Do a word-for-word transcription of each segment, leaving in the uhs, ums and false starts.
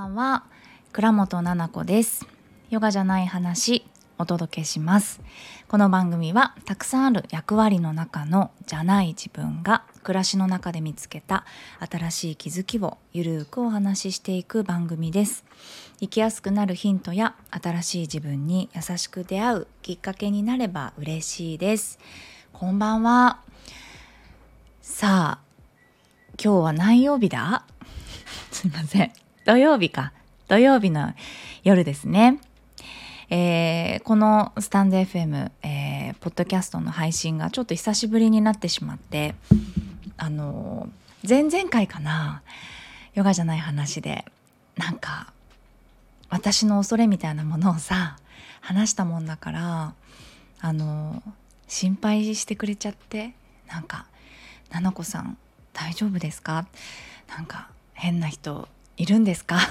んは、倉本々子です。ヨガじゃない話お届けします。この番組はたくさんある役割の中のじゃない自分が暮らしの中で見つけた新しい気づきをゆるくお話ししていく番組です。生きやすくなるヒントや新しい自分に優しく出会うきっかけになれば嬉しいです。こんばんは。さあ、今日は何曜日だ？すいません。土曜日か。土曜日の夜ですね。えー、このスタンド エフエム、えー、ポッドキャストの配信がちょっと久しぶりになってしまって、あの前々回かな、ヨガじゃない話でなんか私の恐れみたいなものをさ話したもんだから、あの心配してくれちゃって、なんかななこさん大丈夫ですか？なんか変な人いるんですか？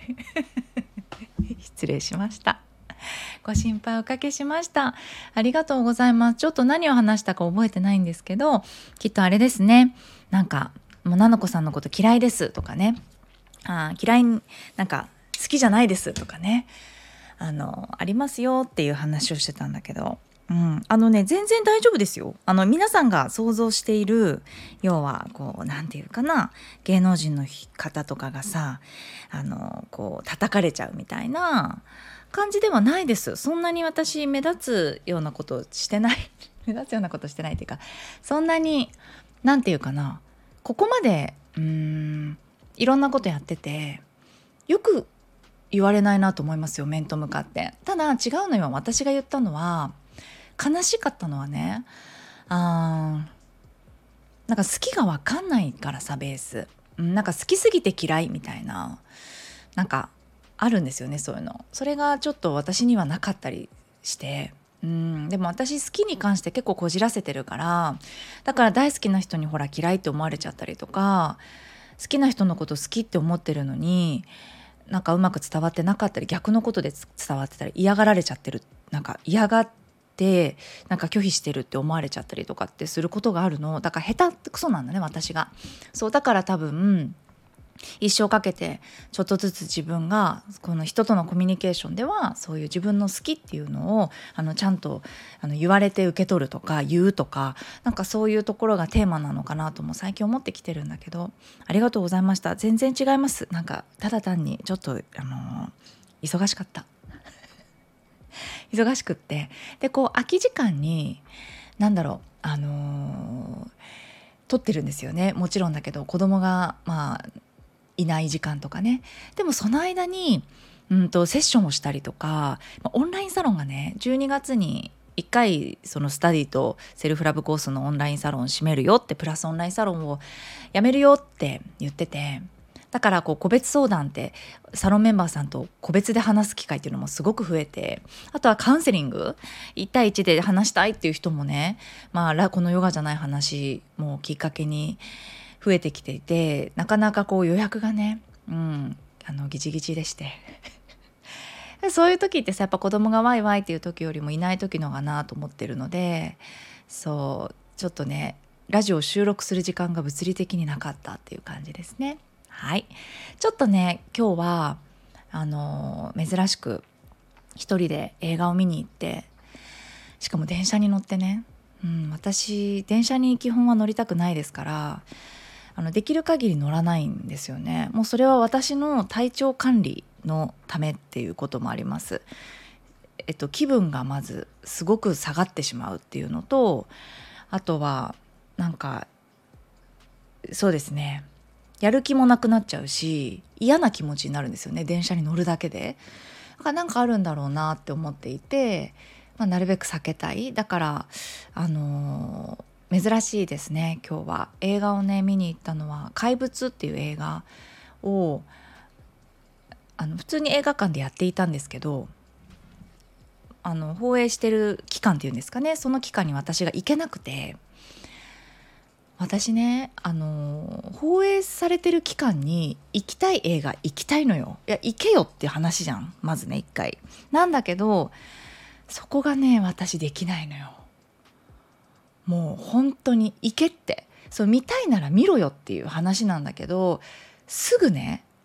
失礼しました。ご心配おかけしました。ありがとうございます。ちょっと何を話したか覚えてないんですけど、きっとあれですね。なんかもうななこさんのこと嫌いですとかね、あ嫌いなんか好きじゃないですとかね、あのありますよっていう話をしてたんだけど、うん、あのね全然大丈夫ですよ。あの皆さんが想像している、要はこうなんていうかな、芸能人の方とかがさ、あのこう叩かれちゃうみたいな感じではないです。そんなに私目立つようなことしてない目立つようなことしてないっていうか、そんなになんていうかな、ここまでうーんいろんなことやっててよく言われないなと思いますよ、面と向かって。ただ違うのよ、私が言ったのは、悲しかったのはね、あーなんか好きが分かんないからさ、ベースなんか好きすぎて嫌いみたいな、なんかあるんですよね、そういうの。それがちょっと私にはなかったりして、うんでも私好きに関して結構こじらせてるから、だから大好きな人にほら嫌いって思われちゃったりとか、好きな人のこと好きって思ってるのになんかうまく伝わってなかったり、逆のことで伝わってたり、嫌がられちゃってる、なんか嫌がってなんか拒否してるって思われちゃったりとかってすることがあるの。だから下手くそなんだね、私が。そうだから多分一生かけてちょっとずつ自分がこの人とのコミュニケーションではそういう自分の好きっていうのをあのちゃんとあの言われて受け取るとか言うとか、なんかそういうところがテーマなのかなとも最近思ってきてるんだけど、ありがとうございました。全然違います。なんかただ単にちょっとあの忙しかった忙しくって、でこう空き時間になんだろうあの撮ってるんですよね。もちろんだけど子供がまあいない時間とかね。でもその間にうんとセッションをしたりとか、オンラインサロンがねじゅうにがつにいっかいそのスタディとセルフラブコースのオンラインサロン閉めるよって、プラスオンラインサロンをやめるよって言ってて、だからこう個別相談ってサロンメンバーさんと個別で話す機会っていうのもすごく増えて、あとはカウンセリングいち対いちで話したいっていう人もね、まあこのヨガじゃない話もきっかけに増えてきていて、なかなかこう予約がね、うん、あのギチギチでしてそういう時ってさ、やっぱ子供がワイワイっていう時よりもいない時のがなと思ってるので、そうちょっとねラジオを収録する時間が物理的になかったっていう感じですね。はい、ちょっとね今日はあの珍しく一人で映画を見に行って、しかも電車に乗ってね、うん、私電車に基本は乗りたくないですから、あのできる限り乗らないんですよね。もうそれは私の体調管理のためっていうこともあります。えっと気分がまずすごく下がってしまうっていうのと、あとはなんかそうですね、やる気もなくなっちゃうし、嫌な気持ちになるんですよね、電車に乗るだけで。だからなんかあるんだろうなって思っていて、まあ、なるべく避けたい。だからあのー珍しいですね。今日は映画をね見に行ったのは怪物っていう映画を、あの普通に映画館でやっていたんですけど、あの放映してる期間っていうんですかね、その期間に私が行けなくて、私ねあの放映されてる期間に行きたい映画行きたいのよ。いや行けよっていう話じゃん、まずね一回なんだけど、そこがね私できないのよ。もう本当に行けって、そう見たいなら見ろよっていう話なんだけど、すぐね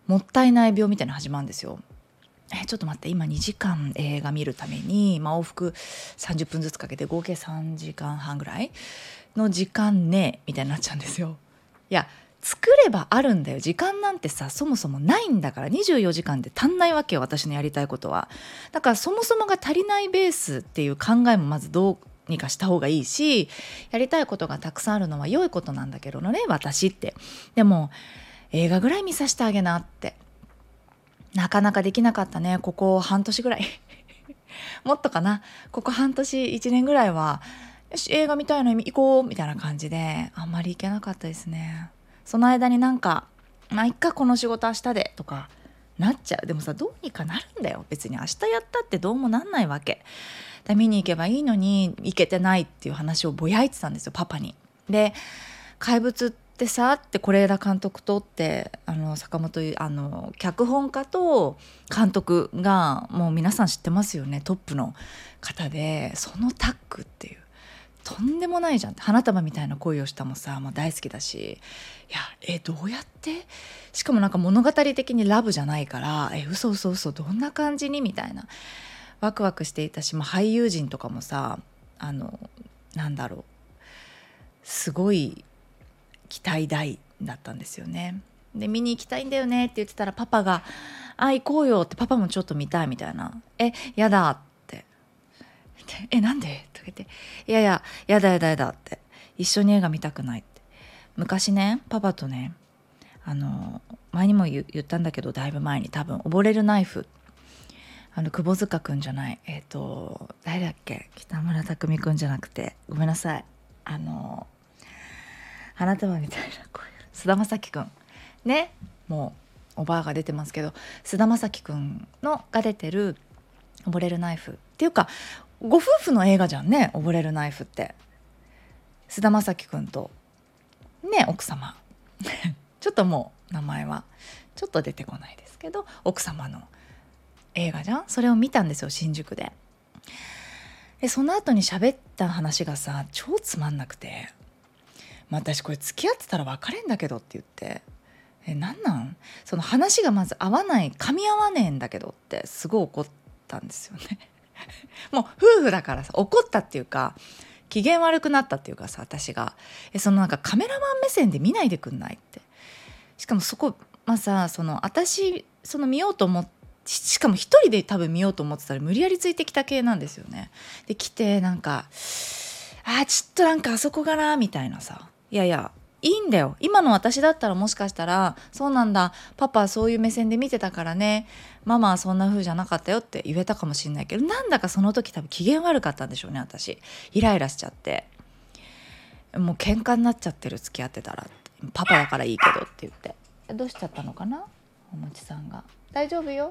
もったいない病みたいなの始まるんですよ。えちょっと待って、今にじかん映画見るために、まあ、往復さんじゅっぷんずつかけて合計さんじかんはんぐらいの時間ねみたいになっちゃうんですよ。いや作ればあるんだよ、時間なんてさそもそもないんだから、にじゅうよじかんで足んないわけよ、私のやりたいことは。だからそもそもが足りないベースっていう考えもまずどうにかした方がいいし、やりたいことがたくさんあるのは良いことなんだけどね私って。でも映画ぐらい見させてあげなってなかなかできなかったね、ここ半年ぐらいもっとかな、ここ半年いちねんぐらいはよし映画見たいのに行こうみたいな感じであんまり行けなかったですね。その間になんかまあいっかこの仕事明日でとかなっちゃう。でもさどうにかなるんだよ、別に明日やったってどうもなんないわけだ。見に行けばいいのに行けてないっていう話をぼやいてたんですよパパに。で怪物ってさって是枝監督とってあの坂本あの脚本家と監督がもう皆さん知ってますよね、トップの方で、そのタッグっていうとんでもないじゃん。花束みたいな恋をしたもさもう大好きだし、いやえどうやって、しかもなんか物語的にラブじゃないからえ嘘嘘嘘どんな感じにみたいなワクワクしていたし、まあ、俳優陣とかもさあのなんだろうすごい期待大だったんですよね。で見に行きたいんだよねって言ってたらパパがあ行こうよって、パパもちょっと見たいみたいな、えやだってえなんでとか言って、いやいややだやだやだって、一緒に映画見たくないって。昔ねパパとねあの前にも言ったんだけど、だいぶ前に多分溺れるナイフ、あの窪塚くんじゃないえっ、ー、と誰だっけ、北村匠海くんじゃなくてごめんなさい、あの花束みたいな声、菅田将暉くんね、もうおばあが出てますけど菅田将暉くんのが出てる溺れるナイフっていうかご夫婦の映画じゃんね、溺れるナイフって。菅田将暉くんとね奥様ちょっともう名前はちょっと出てこないですけど奥様の映画じゃん。それを見たんですよ新宿で。でその後に喋った話がさ超つまんなくて、まあ、私これ付き合ってたら別れんだけどって言って、えなんなんその話がまず合わない噛み合わねえんだけどってすごい怒ったんですよねもう夫婦だからさ怒ったっていうか機嫌悪くなったっていうかさ、私がえそのなんかカメラマン目線で見ないでくんないって。しかもそこまあさその私その見ようと思ってしかも一人で多分見ようと思ってたら無理やりついてきた系なんですよね。で来てなんかあーちょっとなんかあそこがなみたいなさ、いやいやいいんだよ、今の私だったらもしかしたらそうなんだパパはそういう目線で見てたからねママはそんな風じゃなかったよって言えたかもしれないけど、なんだかその時多分機嫌悪かったんでしょうね。私イライラしちゃってもう喧嘩になっちゃってる、付き合ってたらってパパだからいいけどって言って、どうしちゃったのかなおもちさんが。大丈夫よ。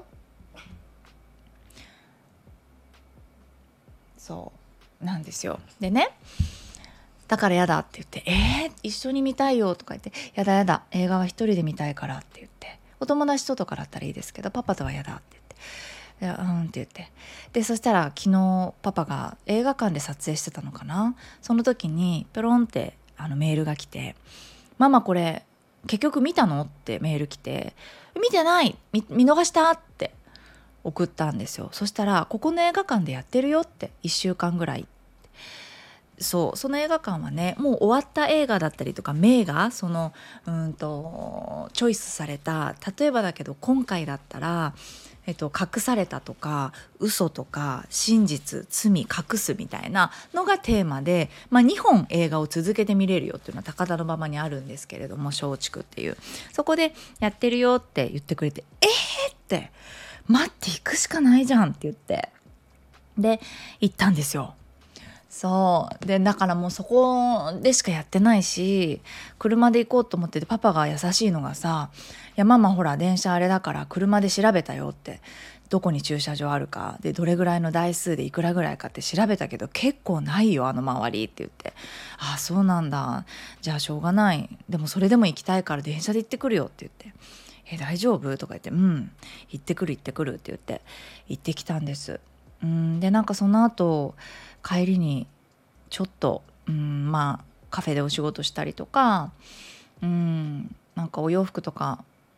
そうなんですよ。でねだからやだって言って、えー、一緒に見たいよとか言って、やだやだ映画は一人で見たいからって言って、お友達ととかだったらいいですけどパパとはやだって言って、いやうんって言って、でそしたら昨日パパが映画館で撮影してたのかな、その時にペロンってあのメールが来て、ママこれ結局見たのってメール来て、見てない 見, 見逃したって送ったんですよ。そしたらここの映画館でやってるよっていっしゅうかんぐらい、そうその映画館はねもう終わった映画だったりとか名画そのうんとチョイスされた、例えばだけど今回だったら、えっと、隠されたとか嘘とか真実罪隠すみたいなのがテーマで、まあ、にほん映画を続けて見れるよっていうのは高田馬場にあるんですけれども、松竹っていうそこでやってるよって言ってくれて、えーって待って行くしかないじゃんって言ってで行ったんですよ。そうでだからもうそこでしかやってないし、車で行こうと思っててパパが優しいのがさ、いやママほら電車あれだから車で調べたよって、どこに駐車場あるかでどれぐらいの台数でいくらぐらいかって調べたけど結構ないよあの周りって言って、ああそうなんだじゃあしょうがない、でもそれでも行きたいから電車で行ってくるよって言って、え大丈夫とか言って、うん行ってくる行ってくるって言って行ってきたんです。うんでなんかその後帰りにちょっとうんまあカフェでお仕事したりとか、うんなんかお洋服とか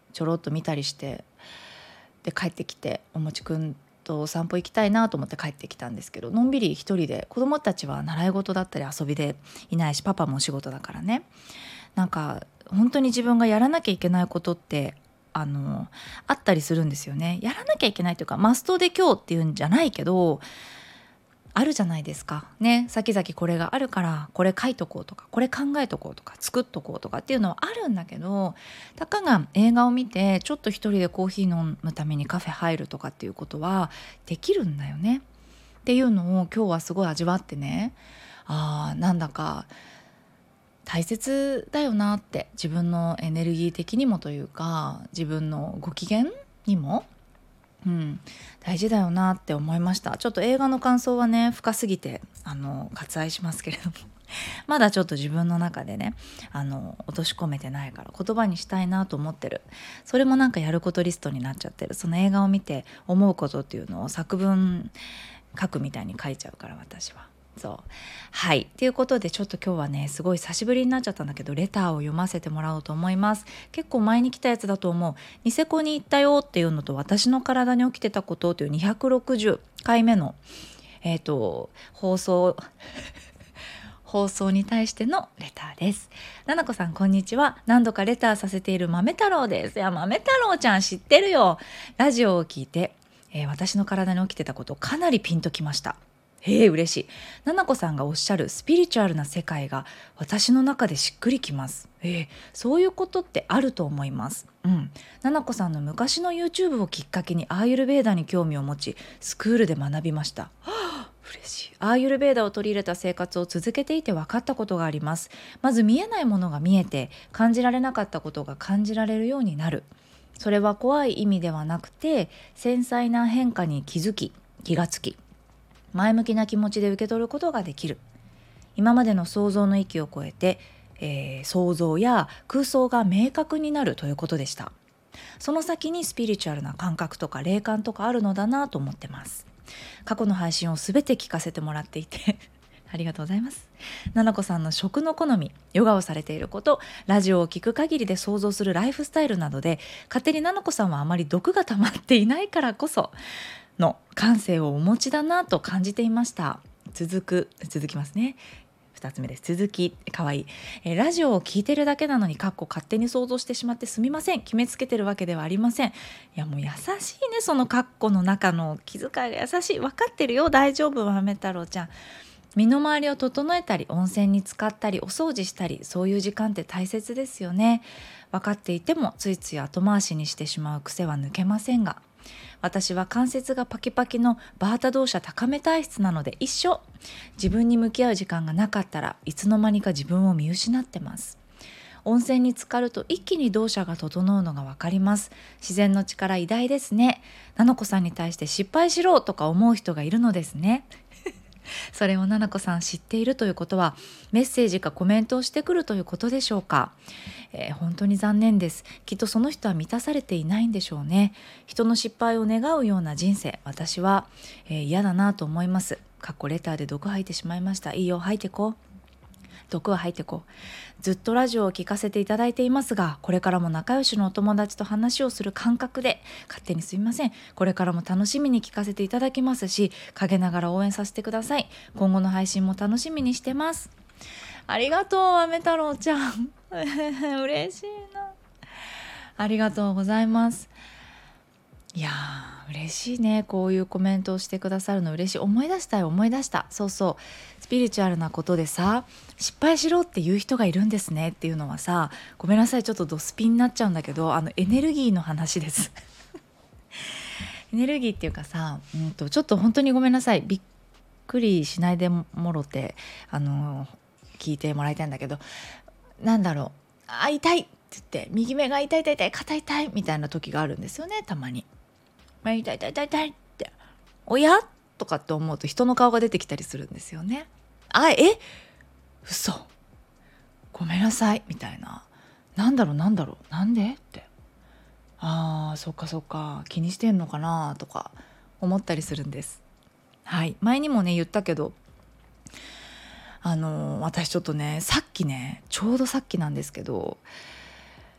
ちょろっと見たりして、で帰ってきておもちくんとお散歩行きたいなと思って帰ってきたんですけど、のんびり一人で、子供たちは習い事だったり遊びでいないし、パパもお仕事だからね、なんか本当に自分がやらなきゃいけないことってあのあったりするんですよね。やらなきゃいけないというか、マストで今日っていうんじゃないけど、あるじゃないですかね。先々これがあるからこれ書いとこうとか、これ考えとこうとか、作っとこうとかっていうのはあるんだけど、たかが映画を見てちょっと一人でコーヒー飲むためにカフェ入るとかっていうことはできるんだよねっていうのを今日はすごい味わってね、あーなんだか大切だよなって、自分のエネルギー的にもというか、自分のご機嫌にも、うん、大事だよなって思いました。ちょっと映画の感想はね深すぎてあの割愛しますけれどもまだちょっと自分の中でねあの落とし込めてないから言葉にしたいなと思ってる。それもなんかやることリストになっちゃってる。その映画を見て思うことっていうのを作文書くみたいに書いちゃうから、私は。そうはいということで、ちょっと今日はねすごい久しぶりになっちゃったんだけど、レターを読ませてもらおうと思います。結構前に来たやつだと思う。ニセコに行ったよっていうのと、私の体に起きてたことというにひゃくろくじゅっかいめの、えーと、放送放送に対してのレターです。ななこさんこんにちは。何度かレターさせている豆太郎です。いや豆太郎ちゃん知ってるよ。ラジオを聞いて、えー私の体に起きてたことかなりピンときました。へえ嬉しい。ななこさんがおっしゃるスピリチュアルな世界が私の中でしっくりきます。えー、そういうことってあると思います。うん。ななこさんの昔の YouTube をきっかけにアーユルヴェーダに興味を持ち、スクールで学びました。はあ、嬉しい。アーユルヴェーダを取り入れた生活を続けていて分かったことがあります。まず見えないものが見えて、感じられなかったことが感じられるようになる。それは怖い意味ではなくて、繊細な変化に気づき、気がつき、前向きな気持ちで受け取ることができる。今までの想像の域を超えて、えー、想像や空想が明確になるということでした。その先にスピリチュアルな感覚とか霊感とかあるのだなと思ってます。過去の配信をすべて聞かせてもらっていてありがとうございます。ななこさんの食の好み、ヨガをされていること、ラジオを聞く限りで想像するライフスタイルなどで、勝手にななこさんはあまり毒が溜まっていないからこその感性をお持ちだなと感じていました。続く続きますね。ふたつめです。続きかわいい、えー、ラジオを聞いてるだけなのにかっこ勝手に想像してしまってすみません。決めつけてるわけではありません。いやもう優しいね、そのかっこの中の気遣いが優しい。分かってるよ、大丈夫豆太郎ちゃん。身の回りを整えたり、温泉に浸かったり、お掃除したり、そういう時間って大切ですよね。分かっていてもついつい後回しにしてしまう癖は抜けませんが、私は関節がパキパキのバータ動作高め体質なので一緒。自分に向き合う時間がなかったらいつの間にか自分を見失ってます。温泉に浸かると一気に動作が整うのがわかります。自然の力偉大ですね。ななこさんに対して失敗しろとか思う人がいるのですね。それをななこさん知っているということは、メッセージかコメントをしてくるということでしょうか。えー、本当に残念です。きっとその人は満たされていないんでしょうね。人の失敗を願うような人生、私は、えー、嫌だなと思います。かっこレターで毒吐いてしまいました。いいよ、吐いてこう。毒は吐いてこう。ずっとラジオを聞かせていただいていますが、これからも仲良しのお友達と話をする感覚で、勝手にすみません。これからも楽しみに聞かせていただきますし、陰ながら応援させてください。今後の配信も楽しみにしてます。ありがとう、あめ太郎ちゃん。嬉しいな。ありがとうございます。いやー嬉しいね。こういうコメントをしてくださるの嬉しい。思い出したよ思い出した。そうそう、スピリチュアルなことでさ、失敗しろっていう人がいるんですねっていうのはさ、ごめんなさい、ちょっとドスピンになっちゃうんだけど、あのエネルギーの話ですエネルギーっていうかさ、うんとちょっと本当にごめんなさい、びっくりしないでもろて、あの聞いてもらいたいんだけど、なんだろう、あ痛いって言って右目が痛い痛い痛い肩痛いみたいな時があるんですよね、たまに。痛い痛い痛い痛い痛いって、おやとかって思うと人の顔が出てきたりするんですよね。あえ嘘ごめんなさいみたいな、なんだろうなんだろうなんでって、あーそっかそっか気にしてんのかなとか思ったりするんです。はい、前にもね言ったけど、あのー、私ちょっとねさっきねちょうどさっきなんですけど、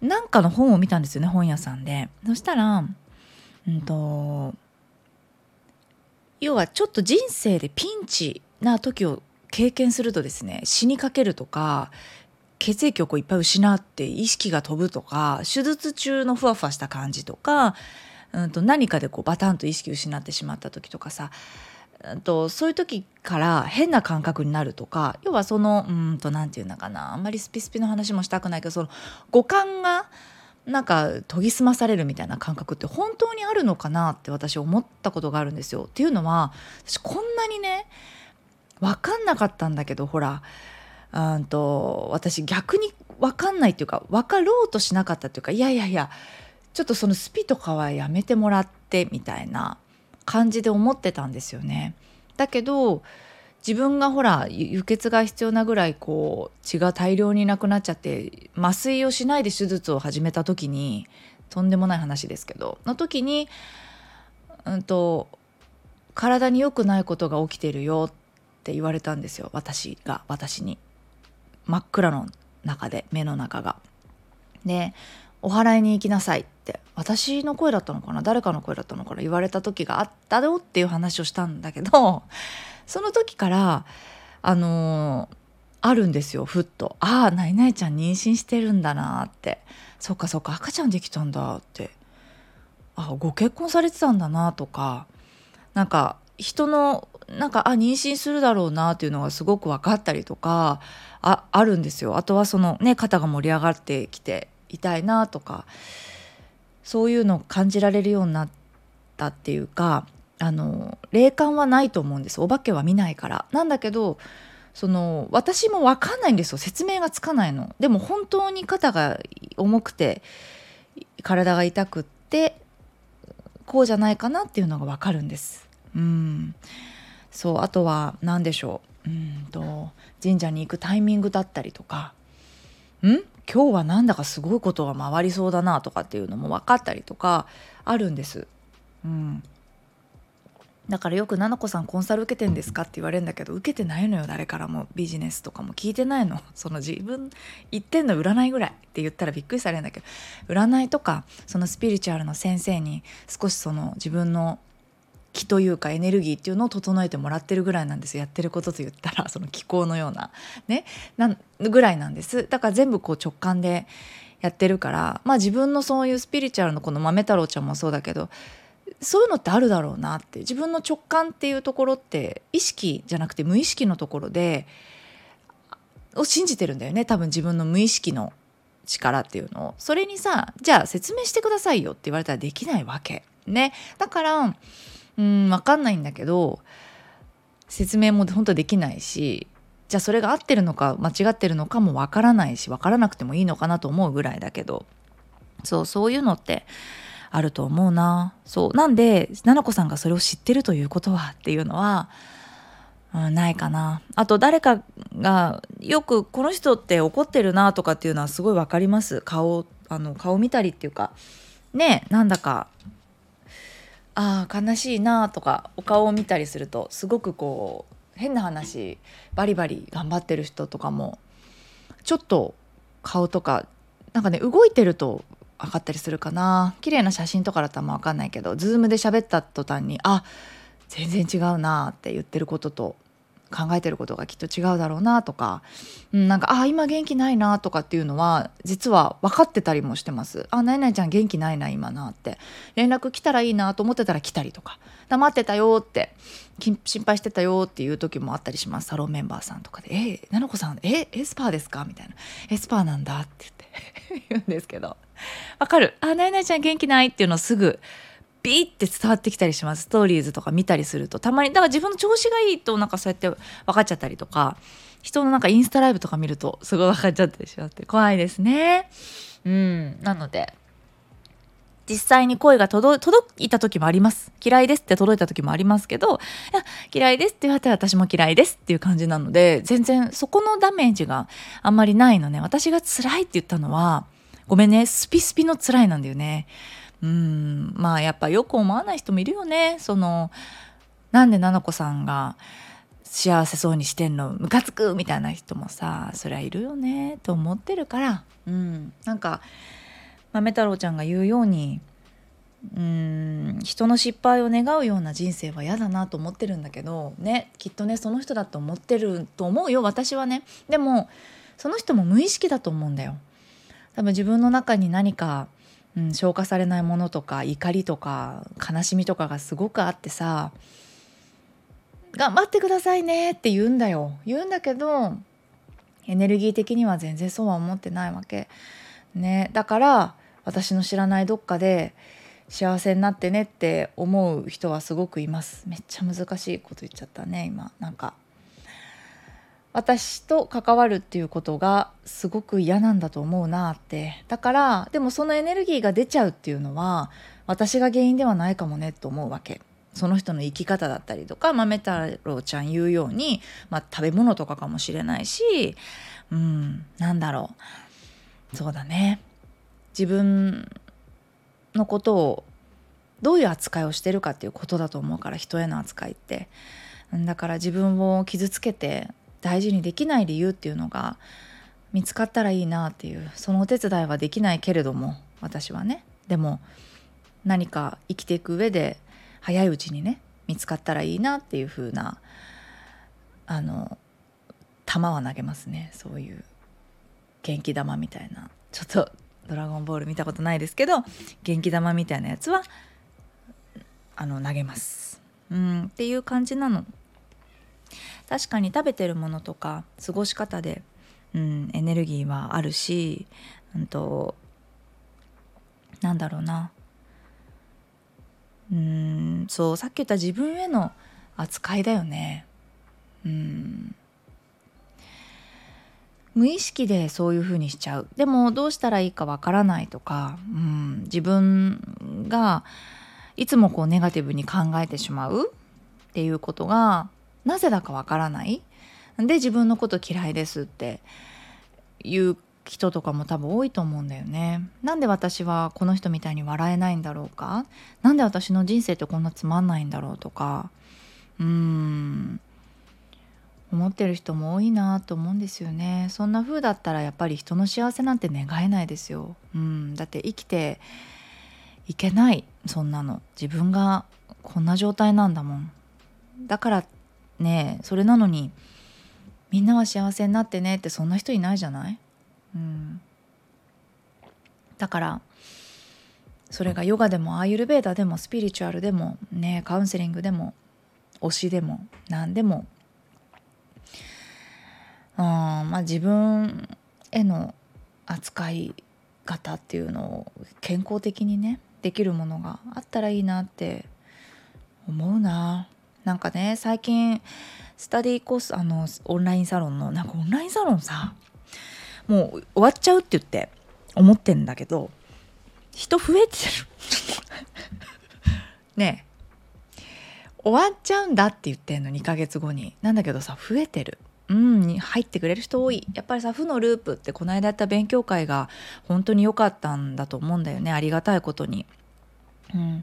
なんかの本を見たんですよね、本屋さんで。そしたら、うんと要はちょっと人生でピンチな時を経験するとですね、死にかけるとか、血液をこういっぱい失って意識が飛ぶとか、手術中のふわふわした感じとか、うん、と何かでこうバタンと意識失ってしまった時とかさ、うん、とそういう時から変な感覚になるとか、要はそのうんとなんていうのかな、あんまりスピスピの話もしたくないけど、その五感がなんか研ぎ澄まされるみたいな感覚って本当にあるのかなって私思ったことがあるんですよ。っていうのは、私こんなにね分かんなかったんだけど、ほらうんと私逆に分かんないっていうか、分かろうとしなかったっていうか、いやいやいやちょっとそのスピとかはやめてもらってみたいな感じで思ってたんですよね。だけど自分がほら輸血が必要なぐらいこう血が大量になくなっちゃって麻酔をしないで手術を始めた時に、とんでもない話ですけどの時に、うんと体に良くないことが起きてるよって言われたんですよ。私が私に真っ暗の中で、目の中が。でお祓いに行きなさいって、私の声だったのかな、誰かの声だったのかな、言われた時があったよっていう話をしたんだけど、その時からあのーあるんですよ、ふっと。ああ、ないないちゃん妊娠してるんだなって、そっかそっか赤ちゃんできたんだって、あご結婚されてたんだなとか、なんか人のなんかあ妊娠するだろうなっていうのがすごく分かったりとか あ, あるんですよ。あとはそのね、肩が盛り上がってきて痛いなとか、そういうのを感じられるようになったっていうか、あの霊感はないと思うんです。お化けは見ないから。なんだけどその私も分かんないんですよ、説明がつかないの。でも本当に肩が重くて体が痛くってこうじゃないかなっていうのが分かるんです。うんそう、あとは何でしょう、うんと神社に行くタイミングだったりとか、ん今日はなんだかすごいことが回りそうだなとかっていうのも分かったりとかあるんです。うんだからよく「ななこさんコンサル受けてんですか?」って言われるんだけど、受けてないのよ、誰からも。ビジネスとかも聞いてないの。その自分言ってんの占いぐらいって言ったらびっくりされるんだけど、占いとかそのスピリチュアルの先生に少しその自分の気というかエネルギーっていうのを整えてもらってるぐらいなんですよ。やってることと言ったらその気候のようなねなんぐらいなんです。だから全部こう直感でやってるから、まあ自分のそういうスピリチュアルのこの豆太郎ちゃんもそうだけど、そういうのってあるだろうなって。自分の直感っていうところって意識じゃなくて無意識のところでを信じてるんだよね、多分。自分の無意識の力っていうのを。それにさ、じゃあ説明してくださいよって言われたらできないわけね。だからうん分かんないんだけど、説明も本当できないし、じゃあそれが合ってるのか間違ってるのかも分からないし、分からなくてもいいのかなと思うぐらいだけど、そうそういうのってあると思うな。そうなんでななこさんがそれを知ってるということはっていうのは、うん、ないかな。あと誰かがよくこの人って怒ってるなとかっていうのはすごい分かります。顔あの顔見たりっていうかね、なんだかああ悲しいなとかお顔を見たりすると、すごくこう変な話バリバリ頑張ってる人とかもちょっと顔とかなんかね動いてると分かったりするかな。綺麗な写真とかだったら分かんないけど、ズームで喋った途端にあ全然違うなって言ってることと考えてることがきっと違うだろうなとか、うん、なんかあ今元気ないなとかっていうのは実は分かってたりもしてます。あなになにちゃん元気ないな今なって、連絡来たらいいなと思ってたら来たりとか、黙ってたよって心配してたよっていう時もあったりします。サロンメンバーさんとかでえななこさんえエスパーですかみたいな、エスパーなんだって言って言うんですけど、わかる、あなになにちゃん元気ないっていうのすぐビーって伝わってきたりします。ストーリーズとか見たりするとたまに。だから自分の調子がいいとなんかそうやって分かっちゃったりとか、人のなんかインスタライブとか見るとすごい分かっちゃったりしまって怖いですね。うんなので実際に声が届届いた時もあります。嫌いですって届いた時もありますけど、いや嫌いですって言われたら私も嫌いですっていう感じなので、全然そこのダメージがあんまりないのね。私が辛いって言ったのはごめんねスピスピの辛いなんだよね。うんまあやっぱよく思わない人もいるよね。そのなんでななこさんが幸せそうにしてんのムカつくみたいな人もさ、そりゃいるよねと思ってるから、うんなんか豆太郎ちゃんが言うように、うーん人の失敗を願うような人生は嫌だなと思ってるんだけどね、きっとねその人だと思ってると思うよ、私はね。でもその人も無意識だと思うんだよ。多分自分の中に何か、うん、消化されないものとか怒りとか悲しみとかがすごくあってさ、頑張ってくださいねって言うんだよ。言うんだけどエネルギー的には全然そうは思ってないわけね。だから私の知らないどっかで幸せになってねって思う人はすごくいます。めっちゃ難しいこと言っちゃったね今。なんか私と関わるっていうことがすごく嫌なんだと思うなって。だからでもそのエネルギーが出ちゃうっていうのは私が原因ではないかもねと思うわけ。その人の生き方だったりとか、豆太郎ちゃん言うように、まあ、食べ物とかかもしれないし、うん、なんだろう、そうだね、自分のことをどういう扱いをしてるかっていうことだと思うから、人への扱いって。だから自分を傷つけて大事にできない理由っていうのが見つかったらいいなっていう。そのお手伝いはできないけれども私はね、でも何か生きていく上で早いうちにね見つかったらいいなっていう風なあの玉は投げますね。そういう元気玉みたいな、ちょっとドラゴンボール見たことないですけど元気玉みたいなやつはあの投げます、うん、っていう感じなの。確かに食べてるものとか過ごし方で、うん、エネルギーはあるし、うんとなんだろうな、うーんそうさっき言った自分への扱いだよね。うん無意識でそういうふうにしちゃう。でもどうしたらいいかわからないとか、うん、自分がいつもこうネガティブに考えてしまうっていうことがなぜだかわからない。で自分のこと嫌いですっていう人とかも多分多いと思うんだよね。なんで私はこの人みたいに笑えないんだろうか、なんで私の人生ってこんなつまんないんだろうとか、うーん思ってる人も多いなと思うんですよね。そんな風だったらやっぱり人の幸せなんて願えないですよ。うん、だって生きていけない、そんなの。自分がこんな状態なんだもん。だからね、それなのにみんなは幸せになってねってそんな人いないじゃない。うん、だからそれがヨガでもアーユルヴェーダでもスピリチュアルでもね、カウンセリングでも推しでも何でも、うんまあ、自分への扱い方っていうのを健康的にねできるものがあったらいいなって思うな。なんかね最近スタディコースあのオンラインサロンのなんかオンラインサロンさもう終わっちゃうって言って思ってんだけど人増えてるねえ終わっちゃうんだって言ってんのにかげつごに。なんだけどさ増えてる。うんに入ってくれる人多い。やっぱりさ負のループってこの間やった勉強会が本当に良かったんだと思うんだよね、ありがたいことに。うん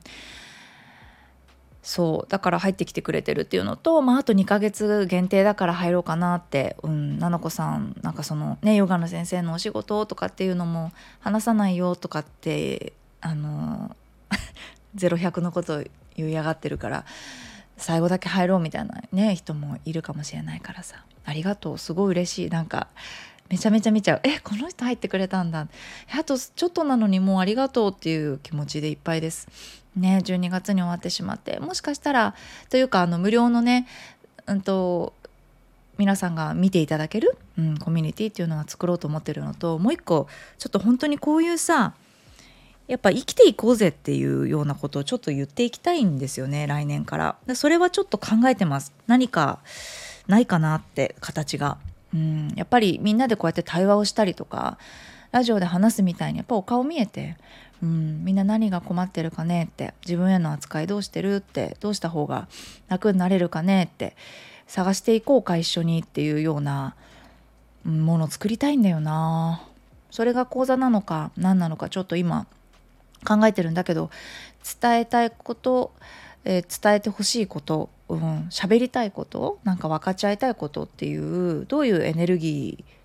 そうだから入ってきてくれてるっていうのと、まあ、あとにかげつ限定だから入ろうかなって、うん、ななこさんなんかそのねヨガの先生のお仕事とかっていうのも話さないよとかってあのゼロひゃくのこと言いやがってるから最後だけ入ろうみたいなね人もいるかもしれないからさ、ありがとう、すごい嬉しい。なんかめちゃめちゃ見ちゃう。えこの人入ってくれたんだ、あとちょっとなのにもうありがとうっていう気持ちでいっぱいですね。じゅうにがつに終わってしまって、もしかしたらというかあの無料のね、うんと皆さんが見ていただける、うん、コミュニティっていうのは作ろうと思ってるのと、もう一個ちょっと本当にこういうさやっぱ生きていこうぜっていうようなことをちょっと言っていきたいんですよね、来年から。でそれはちょっと考えてます。何かないかなって形が、うん、やっぱりみんなでこうやって対話をしたりとかラジオで話すみたいにやっぱお顔見えて、うん、みんな何が困ってるかねって、自分への扱いどうしてるって、どうした方が楽になれるかねって探していこうか一緒にっていうようなものを作りたいんだよな。それが講座なのか何なのかちょっと今考えてるんだけど、伝えたいこと、えー伝えてほしいこと、うん、喋りたいこと、なんか分かち合いたいことっていう、どういうエネルギー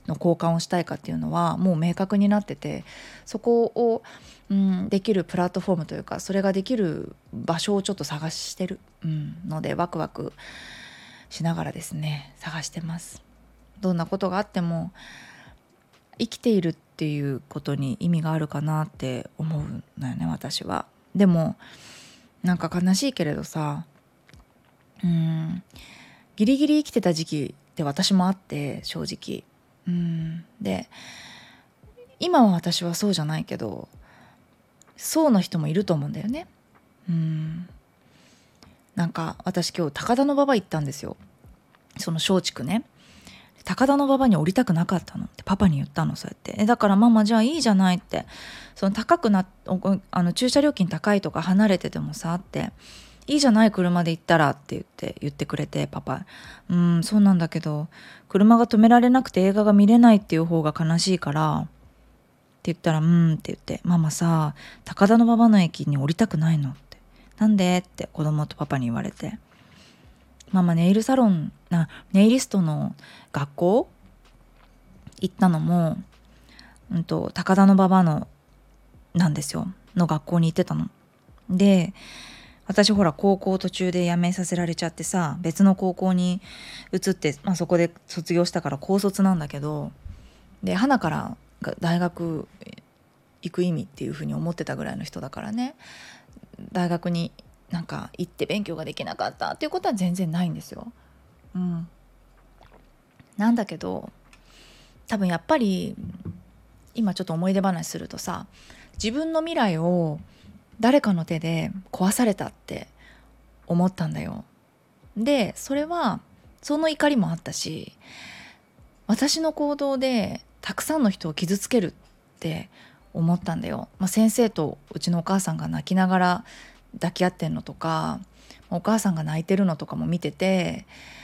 の交換をしたいかっていうのはもう明確になってて、そこを、うん、できるプラットフォームというか、それができる場所をちょっと探してる、うん、のでワクワクしながらですね探してます。どんなことがあっても生きているっていうことに意味があるかなって思うのよね、私は。でもなんか悲しいけれどさ、うんギリギリ生きてた時期って私もあって、正直うんで今は私はそうじゃないけど、そうの人もいると思うんだよね。うんなんか私今日高田馬場行ったんですよ。その松竹ね、高田馬場に降りたくなかったのってパパに言ったの。そうやってえだからママじゃあいいじゃないって、その高くなあの駐車料金高いとか離れててもさっていいじゃない車で行ったらって言って言ってくれて、パパうんそうなんだけど車が止められなくて映画が見れないっていう方が悲しいからって言ったらうんって言って、ママさ高田馬場の駅に降りたくないのって、なんでって子供とパパに言われて、ママネイルサロンなネイリストの学校行ったのも、うんと、高田馬場のなんですよの学校に行ってたので、私ほら高校途中で辞めさせられちゃってさ、別の高校に移って、まあ、そこで卒業したから高卒なんだけど、で花から大学行く意味っていうふうに思ってたぐらいの人だからね、大学になんか行って勉強ができなかったっていうことは全然ないんですよ。うん、なんだけど多分やっぱり今ちょっと思い出話するとさ、自分の未来を誰かの手で壊されたって思ったんだよ。でそれはその怒りもあったし、私の行動でたくさんの人を傷つけるって思ったんだよ。まあ、先生とうちのお母さんが泣きながら抱き合ってんのとか、お母さんが泣いてるのとかも見てて、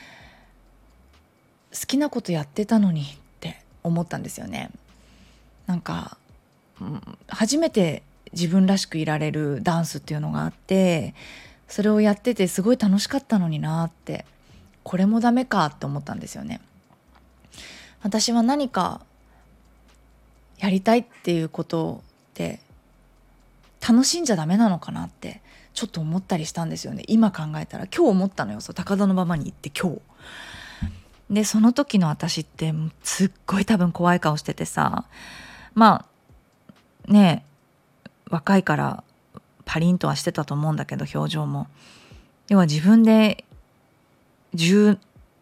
好きなことやってたのにって思ったんですよね。なんか、うん、初めて自分らしくいられるダンスっていうのがあって、それをやっててすごい楽しかったのになって、これもダメかって思ったんですよね。私は何かやりたいっていうことって楽しんじゃダメなのかなってちょっと思ったりしたんですよね。今考えたら、今日思ったのよ。そう高田馬場に行って今日で、その時の私ってすっごい多分怖い顔しててさ、まあねえ若いからパリンとはしてたと思うんだけど、表情も要は自分で 10,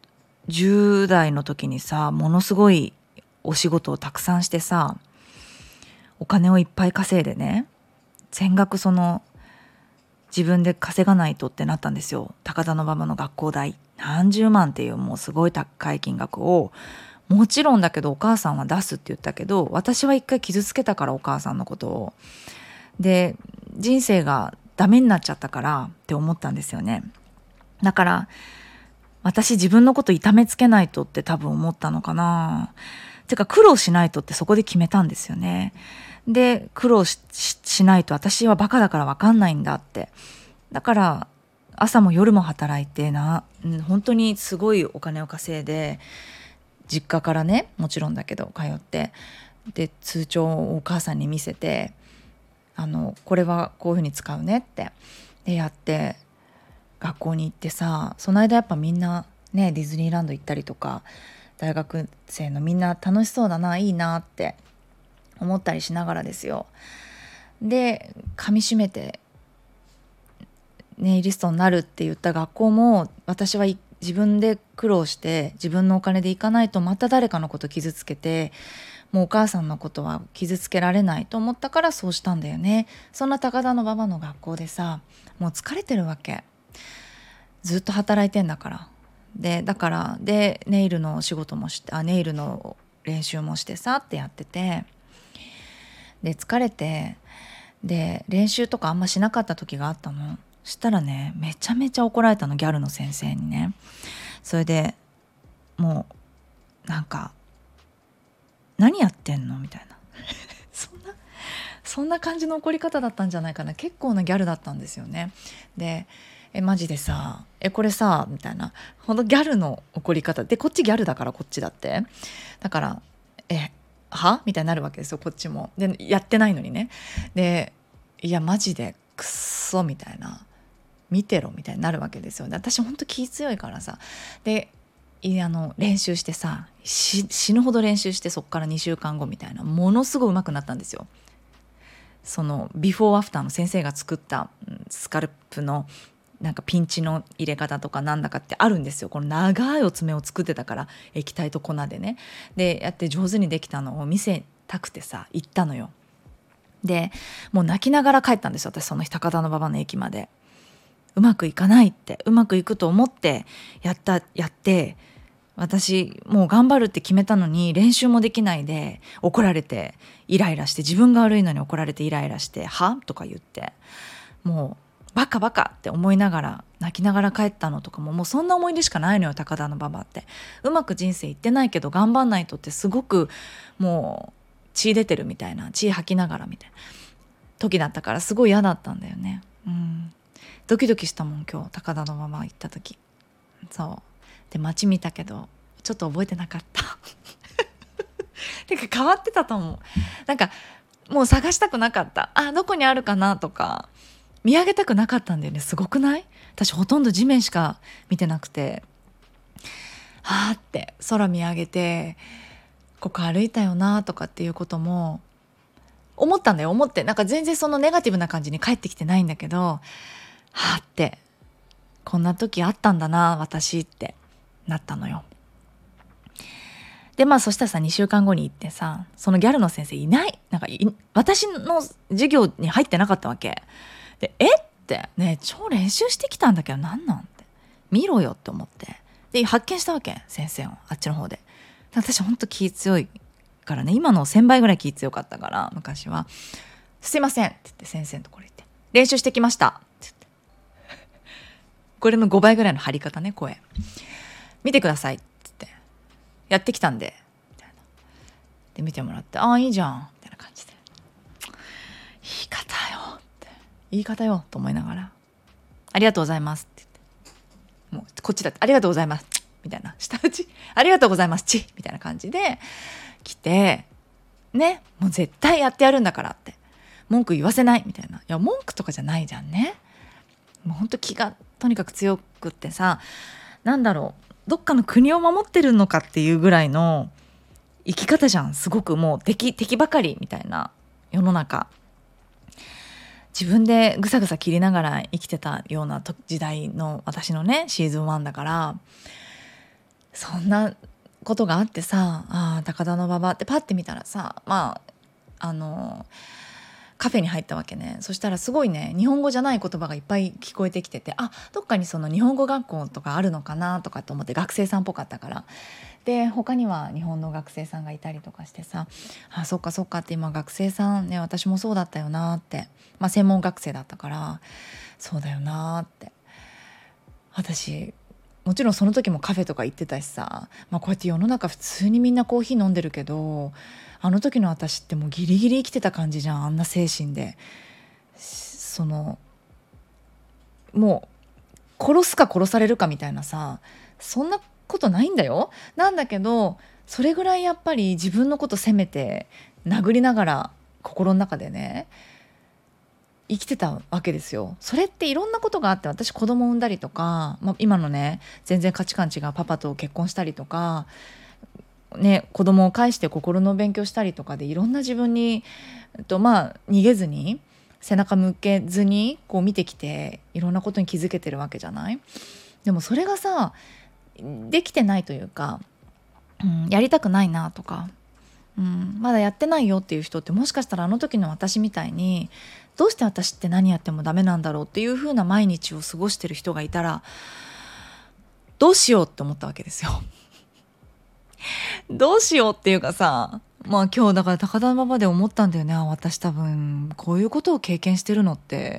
10代の時にさ、ものすごいお仕事をたくさんしてさ、お金をいっぱい稼いでね、全額その自分で稼がないとってなったんですよ。高田馬場の学校代何十万っていうもうすごい高い金額を、もちろんだけどお母さんは出すって言ったけど、私は一回傷つけたから、お母さんのことを。で人生がダメになっちゃったからって思ったんですよね。だから私自分のこと痛めつけないとって多分思ったのかな。てか苦労しないとってそこで決めたんですよね。で苦労 し, しないと私はバカだから分かんないんだって。だから朝も夜も働いてな、本当にすごいお金を稼いで、実家からねもちろんだけど通って、で通帳をお母さんに見せて、あのこれはこういうふうに使うねってでやって学校に行ってさ、その間やっぱみんなねディズニーランド行ったりとか、大学生のみんな楽しそうだな、いいなって思ったりしながらですよ。で噛みしめてネイリストになるって言った学校も、私は自分で苦労して自分のお金で行かないとまた誰かのこと傷つけて、もうお母さんのことは傷つけられないと思ったからそうしたんだよね。そんな高田馬場の学校でさ、もう疲れてるわけ。ずっと働いてんだから。でだからでネイルの仕事もしてあネイルの練習もしてさってやってて、で疲れて、で練習とかあんましなかった時があったの。したらねめちゃめちゃ怒られたの、ギャルの先生にね。それでもうなんか何やってんのみたいなそんなそんな感じの怒り方だったんじゃないかな。結構なギャルだったんですよね。でえマジでさえこれさみたいな、ほんとギャルの怒り方で、こっちギャルだからこっちだってだからえはみたいになるわけですよ、こっちも。でやってないのにね。でいやマジでクソみたいな、見てろみたいになるわけですよ。で私ほんと気強いからさ、でいあの練習してさ、死ぬほど練習して、そっからにしゅうかんごみたいな、ものすごい上手くなったんですよ。そのビフォーアフターの先生が作ったスカルプのなんかピンチの入れ方とかなんだかってあるんですよ。この長いお爪を作ってたから、液体と粉でね、でやって上手にできたのを見せたくてさ行ったのよ。でもう泣きながら帰ったんですよ、私その日高田馬場の駅まで。うまくいかないって、うまくいくと思ってやったやって私もう頑張るって決めたのに練習もできないで怒られてイライラして、自分が悪いのに怒られてイライラしてはとか言って、もうバカバカって思いながら泣きながら帰ったのとかも、もうそんな思い出しかないのよ、高田馬場って。うまく人生いってないけど頑張んないとってすごくもう血出てるみたいな、血吐きながらみたいな時だったから、すごい嫌だったんだよね。うんドキドキしたもん今日高田馬場行った時。そうで街見たけどちょっと覚えてなかったてか変わってたと思う。なんかもう探したくなかった。あどこにあるかなとか見上げたくなかったんだよね。すごくない？私ほとんど地面しか見てなくて、はーって空見上げてここ歩いたよなとかっていうことも思ったんだよ。思ってなんか全然そのネガティブな感じに返ってきてないんだけど、はーってこんな時あったんだな私ってなったのよ。でまあそしたらさにしゅうかんごに行ってさ、そのギャルの先生いない、なんかい私の授業に入ってなかったわけで、えってね超練習してきたんだけどなんなんって見ろよって思って、で発見したわけ先生をあっちの方で。私ほんと気強いからね、今のせんばいぐらい気強かったから昔は。すいませんって言って先生のところ行って、練習してきましたって言ってこれのごばいぐらいの張り方ね、声見てくださいって言ってやってきたんでみたいなで見てもらって、ああいいじゃんみたいな感じで、言い方よって言い方よと思いながら、ありがとうございますって言って、もうこっちだってありがとうございますみたいな、下打ちありがとうございますチみたいな感じで来てね、もう絶対やってやるんだからって文句言わせないみたいな。いや文句とかじゃないじゃんね。もうほんと気がとにかく強くってさ、なんだろう、どっかの国を守ってるのかっていうぐらいの生き方じゃん。すごくもう敵敵ばかりみたいな世の中、自分でぐさぐさ切りながら生きてたような時代の私のねシーズンワンだから、そんなことがあってさ、あ高田馬場ってパッて見たらさ、まああのカフェに入ったわけね。そしたらすごいね日本語じゃない言葉がいっぱい聞こえてきてて、あどっかにその日本語学校とかあるのかなとかと思って、学生さんっぽかったから。で他には日本の学生さんがいたりとかしてさ、あそっかそっかって、今学生さんね私もそうだったよなって、まあ専門学生だったからそうだよなって。私もちろんその時もカフェとか行ってたしさ、まあ、こうやって世の中普通にみんなコーヒー飲んでるけど、あの時の私ってもうギリギリ生きてた感じじゃん。あんな精神でそのもう殺すか殺されるかみたいなさ、そんなことないんだよ。なんだけどそれぐらいやっぱり自分のこと責めて殴りながら心の中でね生きてたわけですよ。それっていろんなことがあって、私子供産んだりとか、まあ、今のね全然価値観違うパパと結婚したりとかね、子供を介して心の勉強したりとかで、いろんな自分にとまあ逃げずに背中向けずにこう見てきて、いろんなことに気づけてるわけじゃない。でもそれがさできてないというか、うん、やりたくないなとか、うん、まだやってないよっていう人って、もしかしたらあの時の私みたいにどうして私って何やってもダメなんだろうっていう風な毎日を過ごしてる人がいたらどうしようって思ったわけですよどうしようっていうかさ、まあ今日だから高田馬場で思ったんだよね。私多分こういうことを経験してるのって、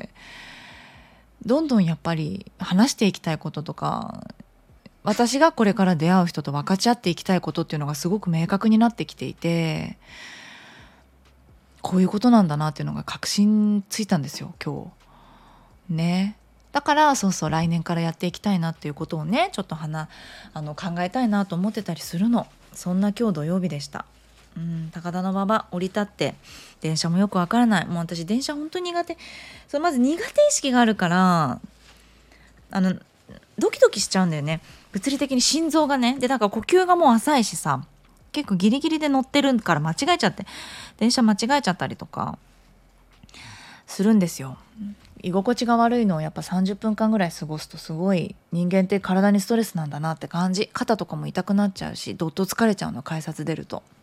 どんどんやっぱり話していきたいこととか、私がこれから出会う人と分かち合っていきたいことっていうのがすごく明確になってきていて、こういうことなんだなっていうのが確信ついたんですよ今日ね。だからそうそう来年からやっていきたいなっていうことをねちょっと話あの考えたいなと思ってたりするの。そんな今日土曜日でした。 うん、高田馬場降り立って電車もよくわからない。もう私電車本当に苦手。それまず苦手意識があるからあのドキドキしちゃうんだよね、物理的に心臓がね。でなんか呼吸がもう浅いしさ、結構ギリギリで乗ってるから間違えちゃって電車間違えちゃったりとかするんですよ。居心地が悪いのをやっぱさんじゅっぷんかんぐらい過ごすとすごい人間って体にストレスなんだなって感じ。肩とかも痛くなっちゃうしどっと疲れちゃうの、改札出ると。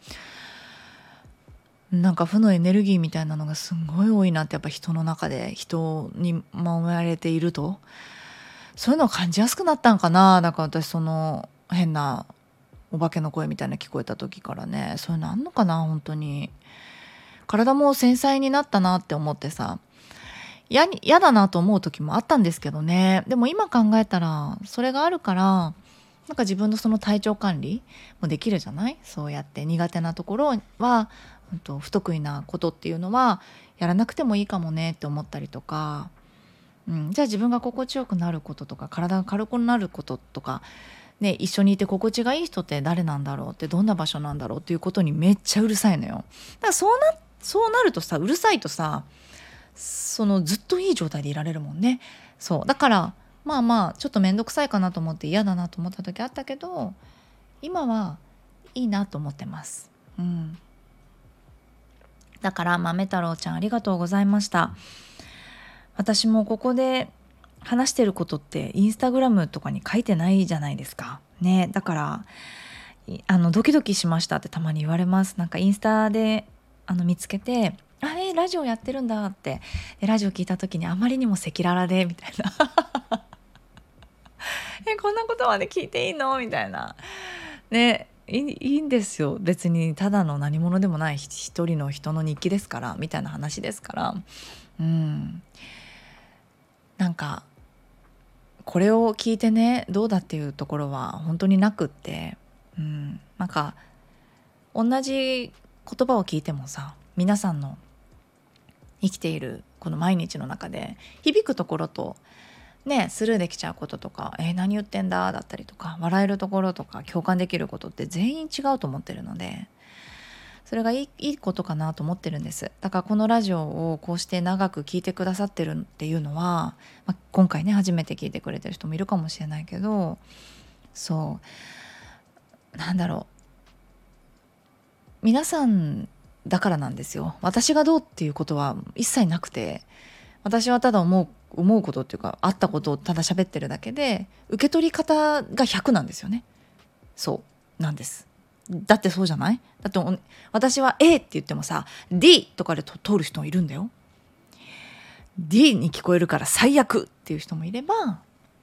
なんか負のエネルギーみたいなのがすごい多いなって、やっぱ人の中で人に守られているとそういうのを感じやすくなったんかな。だから私その変なお化けの声みたいな聞こえた時からね、そういうのあんのかな。本当に体も繊細になったなって思ってさ、嫌に嫌だなと思う時もあったんですけどね。でも今考えたらそれがあるからなんか自分のその体調管理もできるじゃない。そうやって苦手なところはうんと不得意なことっていうのはやらなくてもいいかもねって思ったりとか、うん、じゃあ自分が心地よくなることとか体が軽くなることとか、ね、一緒にいて心地がいい人って誰なんだろうってどんな場所なんだろうっていうことにめっちゃうるさいのよ。だからそうな、そうなるとさ、うるさいとさ、そのずっといい状態でいられるもんね。そうだからまあまあちょっと面倒くさいかなと思って嫌だなと思った時あったけど今はいいなと思ってます。うん、だから豆太郎ちゃんありがとうございました。私もここで話してることってインスタグラムとかに書いてないじゃないですかね。だからあのドキドキしましたってたまに言われます。なんかインスタであの見つけてあえラジオやってるんだって、でラジオ聞いた時にあまりにも赤裸々でみたいなえこんなことまで聞いていいのみたいなね。いい、いいんですよ別に、ただの何者でもない一人の人の日記ですからみたいな話ですから、うんなんかこれを聞いてねどうだっていうところは本当になくって、うん、なんか同じ言葉を聞いてもさ、皆さんの生きているこの毎日の中で響くところとねスルーできちゃうこととか、えー、何言ってんだだったりとか、笑えるところとか共感できることって全員違うと思ってるので、それがいい、いいことかなと思ってるんです。だからこのラジオをこうして長く聞いてくださってるっていうのは、まあ、今回ね初めて聞いてくれてる人もいるかもしれないけど、そうなんだろう、皆さんだからなんですよ。私がどうっていうことは一切なくて、私はただ思う思うことっていうかあったことをただ喋ってるだけで、受け取り方がひゃくなんですよね。そうなんです。だってそうじゃない？だって私は A って言ってもさ D とかで通る人もいるんだよ。 D に聞こえるから最悪っていう人もいれば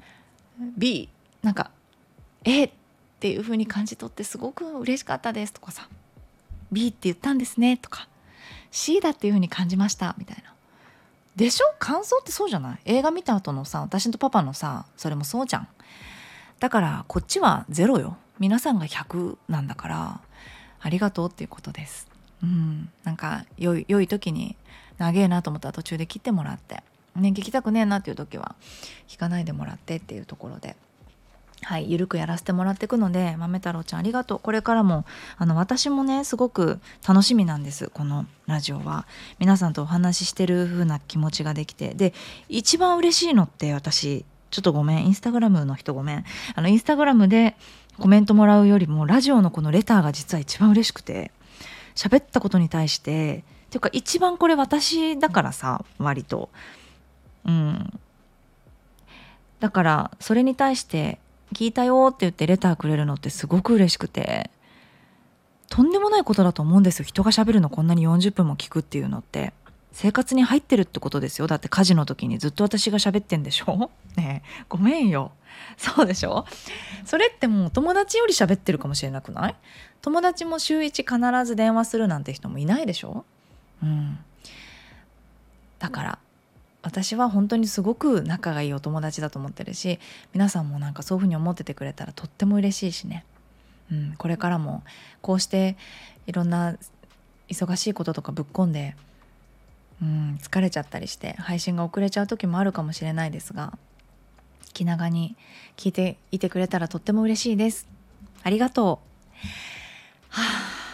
B なんか A っていう風に感じ取ってすごく嬉しかったですとかさ、 B って言ったんですねとか C だっていう風に感じましたみたいなでしょ。感想ってそうじゃない？映画見た後のさ私とパパのさそれもそうじゃん。だからこっちはゼロよ、皆さんがひゃくなんだからありがとうっていうことです。うん、なんか良い良い時に長えなと思ったら途中で切ってもらって、ね、聞きたくねえなっていう時は聞かないでもらってっていうところで、はい、ゆるくやらせてもらっていくので、豆太郎ちゃんありがとう。これからもあの私もねすごく楽しみなんです。このラジオは皆さんとお話ししてる風な気持ちができて、で一番嬉しいのって私ちょっとごめんインスタグラムの人ごめんあのインスタグラムでコメントもらうよりもラジオのこのレターが実は一番嬉しくて、喋ったことに対してっていうか一番これ私だからさ割とうんだからそれに対して聞いたよって言ってレターくれるのってすごく嬉しくて、とんでもないことだと思うんですよ。人が喋るのこんなによんじゅっぷんも聞くっていうのって生活に入ってるってことですよ。だって家事の時にずっと私が喋ってんでしょねえごめんよ。そうでしょ。それってもう友達より喋ってるかもしれなくない？友達も週いち必ず電話するなんて人もいないでしょ。うんだから私は本当にすごく仲がいいお友達だと思ってるし、皆さんもなんかそういうふうに思っててくれたらとっても嬉しいしね、うん、これからもこうしていろんな忙しいこととかぶっこんで、うん、疲れちゃったりして配信が遅れちゃう時もあるかもしれないですが、気長に聞いていてくれたらとっても嬉しいです。ありがとう。はあ、な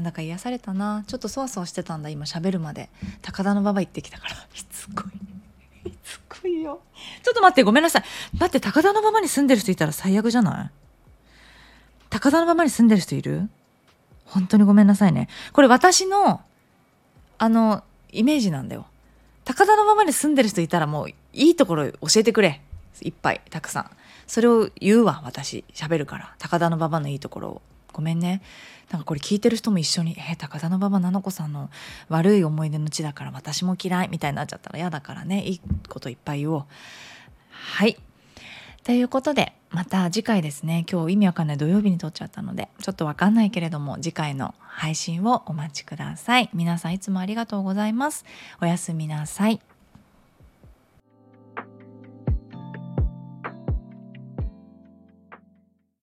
なんだか癒されたな。ちょっとそわそわしてたんだ今喋るまで。高田馬場行ってきたからしつこいしつこいよ。ちょっと待って、ごめんなさい。待って、高田馬場に住んでる人いたら最悪じゃない？高田馬場に住んでる人いる？本当にごめんなさいね。これ私のあのイメージなんだよ。高田馬場に住んでる人いたらもういいところ教えてくれ。いっぱいたくさん。それを言うわ、私喋るから。高田馬場のいいところを。ごめんね。なんかこれ聞いてる人も一緒に、えー、高田馬場菜々子さんの悪い思い出の地だから私も嫌いみたいになっちゃったら嫌だからね。いいこといっぱい言おう。はい。ということで、また次回ですね。今日意味わかんない土曜日に撮っちゃったので、ちょっとわかんないけれども、次回の配信をお待ちください。皆さんいつもありがとうございます。おやすみなさい。